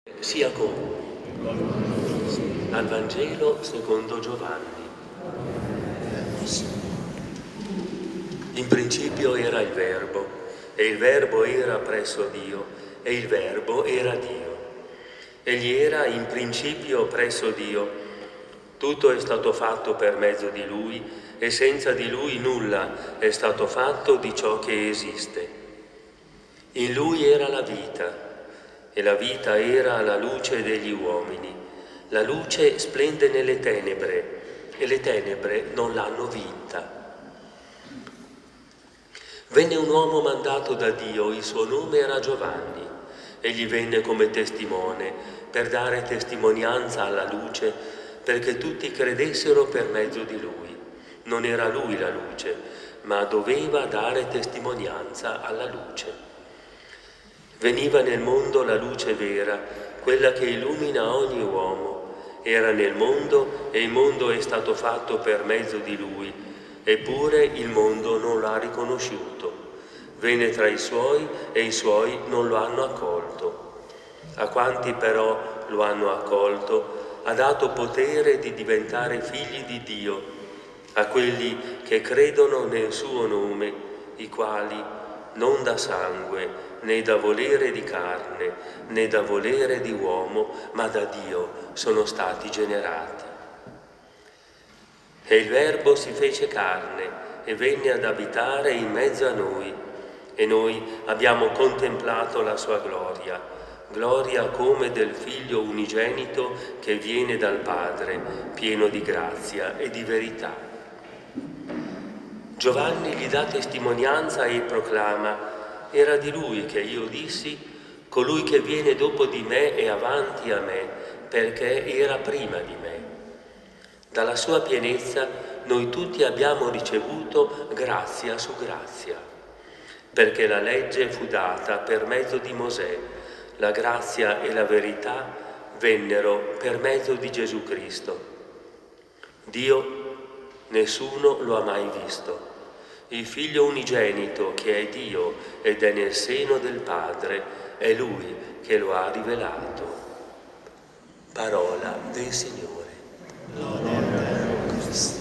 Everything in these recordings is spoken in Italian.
Sia con al Vangelo secondo Giovanni. In principio era il Verbo, e il Verbo era presso Dio, e il Verbo era Dio. Egli era in principio presso Dio. Tutto è stato fatto per mezzo di Lui, e senza di Lui nulla è stato fatto di ciò che esiste. In Lui era la vita, e la vita era la luce degli uomini. La luce splende nelle tenebre, e le tenebre non l'hanno vinta. Venne un uomo mandato da Dio, il suo nome era Giovanni. Egli venne come testimone, per dare testimonianza alla luce, perché tutti credessero per mezzo di lui. Non era lui la luce, ma doveva dare testimonianza alla luce. Veniva nel mondo la luce vera, quella che illumina ogni uomo. Era nel mondo e il mondo è stato fatto per mezzo di lui, eppure il mondo non l'ha riconosciuto. Venne tra i suoi e i suoi non lo hanno accolto. A quanti però lo hanno accolto ha dato potere di diventare figli di Dio, a quelli che credono nel suo nome, i quali non da sangue, né da volere di carne, né da volere di uomo, ma da Dio sono stati generati. E il Verbo si fece carne e venne ad abitare in mezzo a noi, e noi abbiamo contemplato la sua gloria, gloria come del Figlio unigenito che viene dal Padre, pieno di grazia e di verità. Giovanni gli dà testimonianza e proclama: era di lui che io dissi, colui che viene dopo di me è avanti a me, perché era prima di me. Dalla sua pienezza noi tutti abbiamo ricevuto grazia su grazia, perché la legge fu data per mezzo di Mosè, la grazia e la verità vennero per mezzo di Gesù Cristo. Dio nessuno lo ha mai visto. Il Figlio unigenito, che è Dio ed è nel seno del Padre, è Lui che lo ha rivelato. Parola del Signore. Lode a te, Cristo.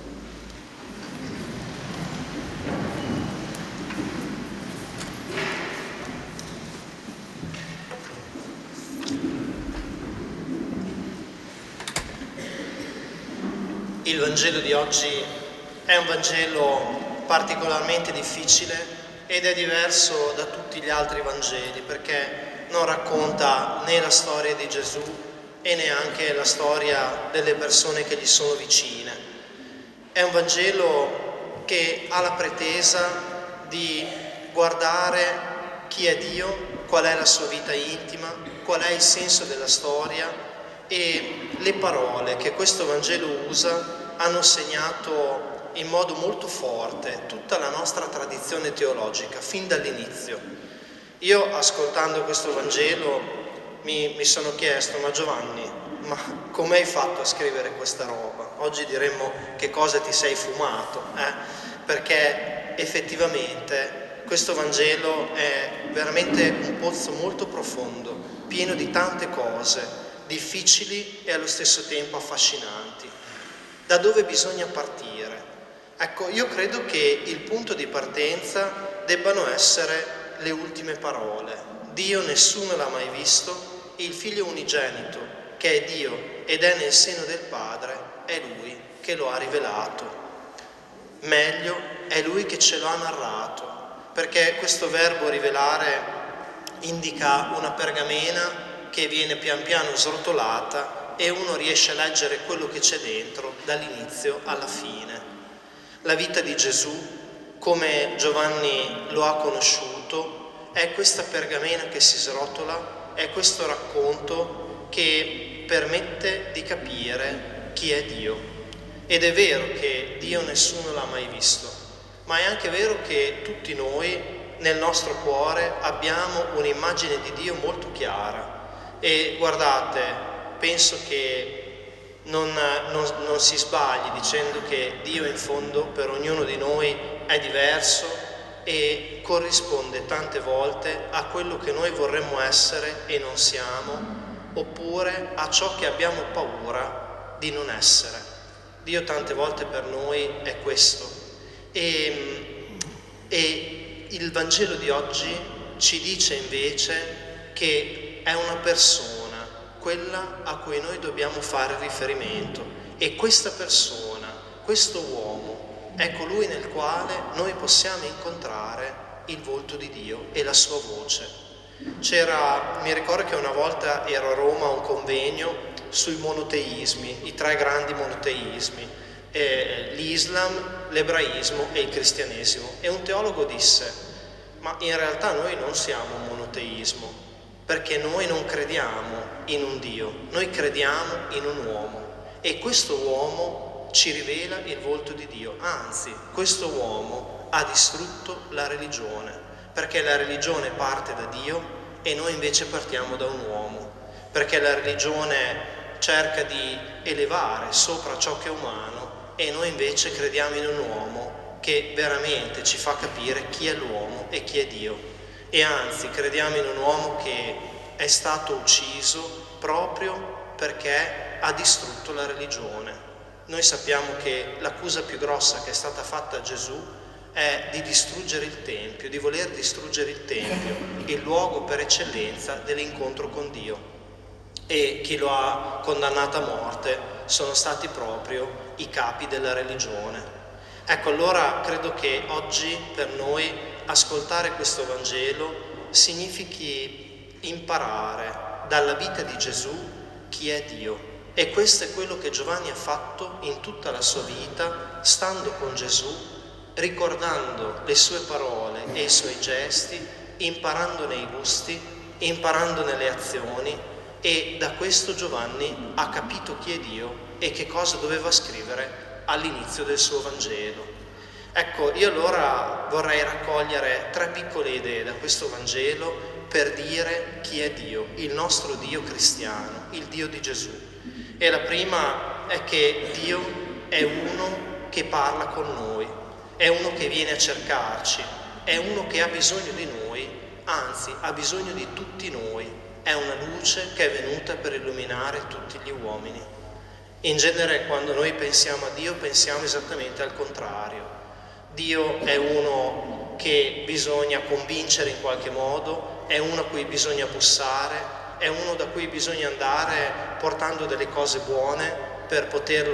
Il Vangelo di oggi è un Vangelo particolarmente difficile ed è diverso da tutti gli altri Vangeli, perché non racconta né la storia di Gesù e neanche la storia delle persone che gli sono vicine. È un Vangelo che ha la pretesa di guardare chi è Dio, qual è la sua vita intima, qual è il senso della storia, e le parole che questo Vangelo usa hanno segnato in modo molto forte tutta la nostra tradizione teologica, fin dall'inizio. Io, ascoltando questo Vangelo, mi sono chiesto: ma Giovanni, ma come hai fatto a scrivere questa roba? Oggi diremmo che cosa ti sei fumato, perché effettivamente questo Vangelo è veramente un pozzo molto profondo, pieno di tante cose difficili e allo stesso tempo affascinanti. Da dove bisogna partire? Ecco, io credo che il punto di partenza debbano essere le ultime parole. Dio nessuno l'ha mai visto, il Figlio unigenito, che è Dio ed è nel seno del Padre, è Lui che lo ha rivelato. Meglio, è Lui che ce lo ha narrato, perché questo verbo rivelare indica una pergamena che viene pian piano srotolata e uno riesce a leggere quello che c'è dentro dall'inizio alla fine. La vita di Gesù, come Giovanni lo ha conosciuto, è questa pergamena che si srotola, è questo racconto che permette di capire chi è Dio. Ed è vero che Dio nessuno l'ha mai visto, ma è anche vero che tutti noi nel nostro cuore abbiamo un'immagine di Dio molto chiara. E guardate, penso che non si sbagli dicendo che Dio in fondo per ognuno di noi è diverso e corrisponde tante volte a quello che noi vorremmo essere e non siamo, oppure a ciò che abbiamo paura di non essere. Dio tante volte per noi è questo. E il Vangelo di oggi ci dice invece che è una persona, quella a cui noi dobbiamo fare riferimento, e questa persona, questo uomo, è colui nel quale noi possiamo incontrare il volto di Dio e la sua voce. Mi ricordo che una volta ero a Roma a un convegno sui monoteismi, i 3 grandi monoteismi, l'Islam, l'ebraismo e il cristianesimo, e un teologo disse: ma in realtà noi non siamo un monoteismo, perché noi non crediamo in un Dio, noi crediamo in un uomo, e questo uomo ci rivela il volto di Dio. Anzi, questo uomo ha distrutto la religione, perché la religione parte da Dio e noi invece partiamo da un uomo, perché la religione cerca di elevare sopra ciò che è umano e noi invece crediamo in un uomo che veramente ci fa capire chi è l'uomo e chi è Dio. E anzi, crediamo in un uomo che è stato ucciso proprio perché ha distrutto la religione. Noi sappiamo che l'accusa più grossa che è stata fatta a Gesù è di distruggere il Tempio, di voler distruggere il Tempio, il luogo per eccellenza dell'incontro con Dio. E chi lo ha condannato a morte sono stati proprio i capi della religione. Ecco, allora credo che oggi per noi ascoltare questo Vangelo significhi imparare dalla vita di Gesù chi è Dio. E questo è quello che Giovanni ha fatto in tutta la sua vita, stando con Gesù, ricordando le sue parole e i suoi gesti, imparandone i gusti, imparandone le azioni, e da questo Giovanni ha capito chi è Dio e che cosa doveva scrivere all'inizio del suo Vangelo. Ecco, io allora vorrei raccogliere 3 piccole idee da questo Vangelo per dire chi è Dio, il nostro Dio cristiano, il Dio di Gesù. E la prima è che Dio è uno che parla con noi, è uno che viene a cercarci, è uno che ha bisogno di noi, anzi ha bisogno di tutti noi, è una luce che è venuta per illuminare tutti gli uomini. In genere quando noi pensiamo a Dio pensiamo esattamente al contrario. Dio è uno che bisogna convincere in qualche modo, è uno a cui bisogna bussare, è uno da cui bisogna andare portando delle cose buone per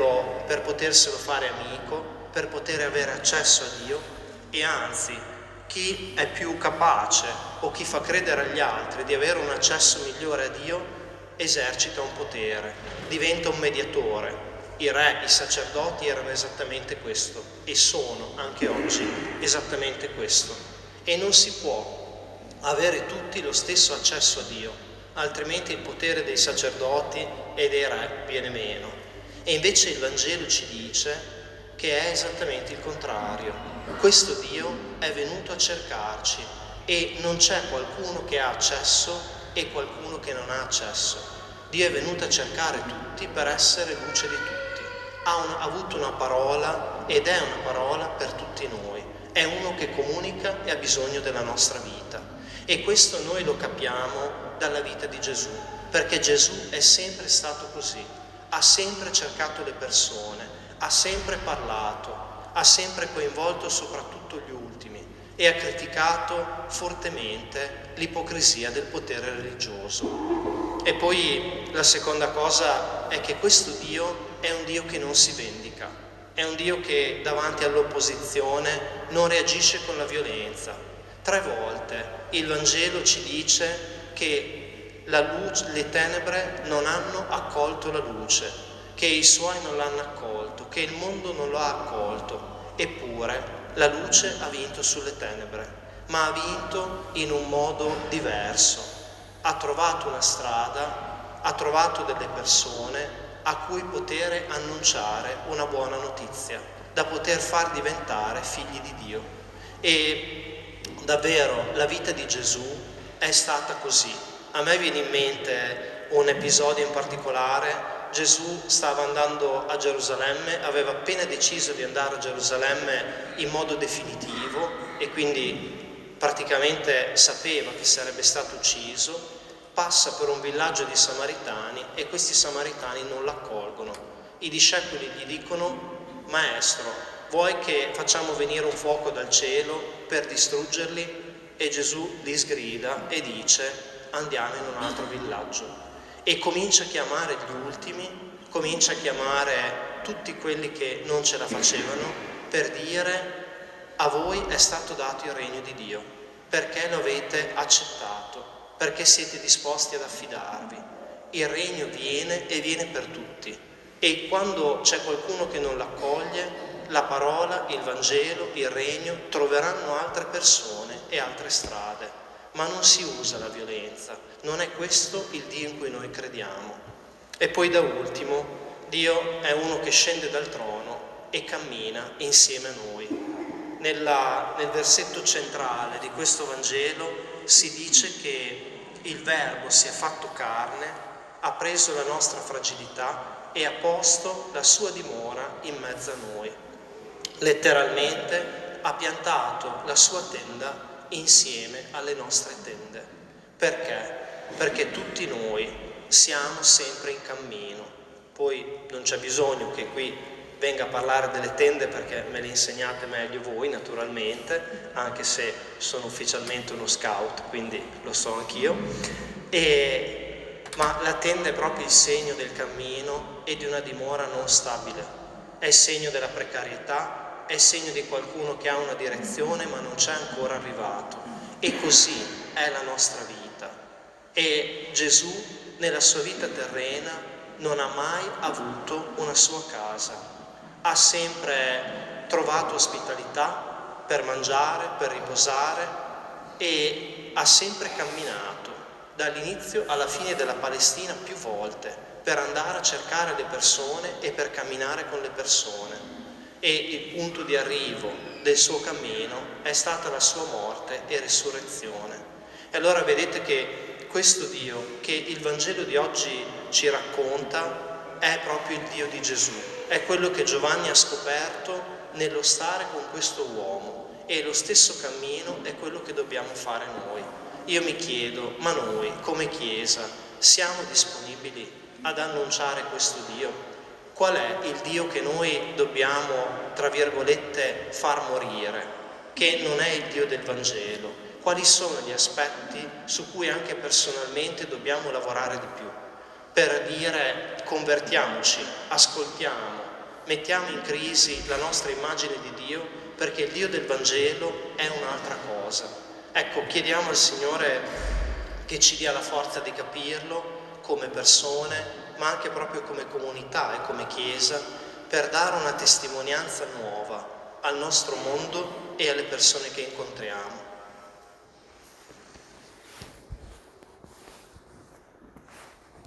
poterselo fare amico, per poter avere accesso a Dio. E anzi, chi è più capace o chi fa credere agli altri di avere un accesso migliore a Dio esercita un potere, diventa un mediatore. I re, i sacerdoti erano esattamente questo e sono anche oggi esattamente questo. E non si può avere tutti lo stesso accesso a Dio, altrimenti il potere dei sacerdoti e dei re viene meno. E invece il Vangelo ci dice che è esattamente il contrario. Questo Dio è venuto a cercarci e non c'è qualcuno che ha accesso e qualcuno che non ha accesso. Dio è venuto a cercare tutti per essere luce di tutti. Ha avuto una parola ed è una parola per tutti noi. È uno che comunica e ha bisogno della nostra vita. E questo noi lo capiamo dalla vita di Gesù, perché Gesù è sempre stato così. Ha sempre cercato le persone, ha sempre parlato, ha sempre coinvolto soprattutto gli ultimi e ha criticato fortemente l'ipocrisia del potere religioso. E poi la seconda cosa è che questo Dio è un Dio che non si vendica, è un Dio che davanti all'opposizione non reagisce con la violenza. 3 volte il Vangelo ci dice che le tenebre non hanno accolto la luce, che i suoi non l'hanno accolto, che il mondo non lo ha accolto. Eppure la luce ha vinto sulle tenebre, ma ha vinto in un modo diverso. Ha trovato una strada, ha trovato delle persone a cui poter annunciare una buona notizia, da poter far diventare figli di Dio. E davvero la vita di Gesù è stata così. A me viene in mente un episodio in particolare. Gesù stava andando a Gerusalemme, aveva appena deciso di andare a Gerusalemme in modo definitivo e quindi praticamente sapeva che sarebbe stato ucciso. passa per un villaggio di samaritani e questi samaritani non l'accolgono. I discepoli gli dicono: Maestro, vuoi che facciamo venire un fuoco dal cielo per distruggerli? E Gesù li sgrida e dice: andiamo in un altro villaggio. E comincia a chiamare gli ultimi, comincia a chiamare tutti quelli che non ce la facevano per dire: a voi è stato dato il regno di Dio, perché lo avete accettato, perché siete disposti ad affidarvi. Il regno viene e viene per tutti. E quando c'è qualcuno che non l'accoglie, la parola, il Vangelo, il regno troveranno altre persone e altre strade, ma non si usa la violenza, non è questo il Dio in cui noi crediamo. E poi da ultimo, Dio è uno che scende dal trono e cammina insieme a noi. Nel versetto centrale di questo Vangelo si dice che il Verbo si è fatto carne, ha preso la nostra fragilità e ha posto la sua dimora in mezzo a noi. Letteralmente ha piantato la sua tenda insieme alle nostre tende. Perché? Perché tutti noi siamo sempre in cammino. Poi non c'è bisogno che qui venga a parlare delle tende perché me le insegnate meglio voi naturalmente, anche se sono ufficialmente uno scout, quindi lo so anch'io. Ma la tenda è proprio il segno del cammino e di una dimora non stabile. È il segno della precarietà, è il segno di qualcuno che ha una direzione ma non c'è ancora arrivato. E così è la nostra vita. E Gesù nella sua vita terrena non ha mai avuto una sua casa. Ha sempre trovato ospitalità per mangiare, per riposare e ha sempre camminato dall'inizio alla fine della Palestina più volte per andare a cercare le persone e per camminare con le persone. E il punto di arrivo del suo cammino è stata la sua morte e risurrezione. E allora vedete che questo Dio che il Vangelo di oggi ci racconta è proprio il Dio di Gesù, è quello che Giovanni ha scoperto nello stare con questo uomo, e lo stesso cammino è quello che dobbiamo fare noi. Io mi chiedo, ma noi come Chiesa siamo disponibili ad annunciare questo Dio? Qual è il Dio che noi dobbiamo, tra virgolette, far morire, che non è il Dio del Vangelo? Quali sono gli aspetti su cui anche personalmente dobbiamo lavorare di più? Per dire: convertiamoci, ascoltiamo, mettiamo in crisi la nostra immagine di Dio, perché il Dio del Vangelo è un'altra cosa. Ecco, chiediamo al Signore che ci dia la forza di capirlo come persone, ma anche proprio come comunità e come Chiesa, per dare una testimonianza nuova al nostro mondo e alle persone che incontriamo.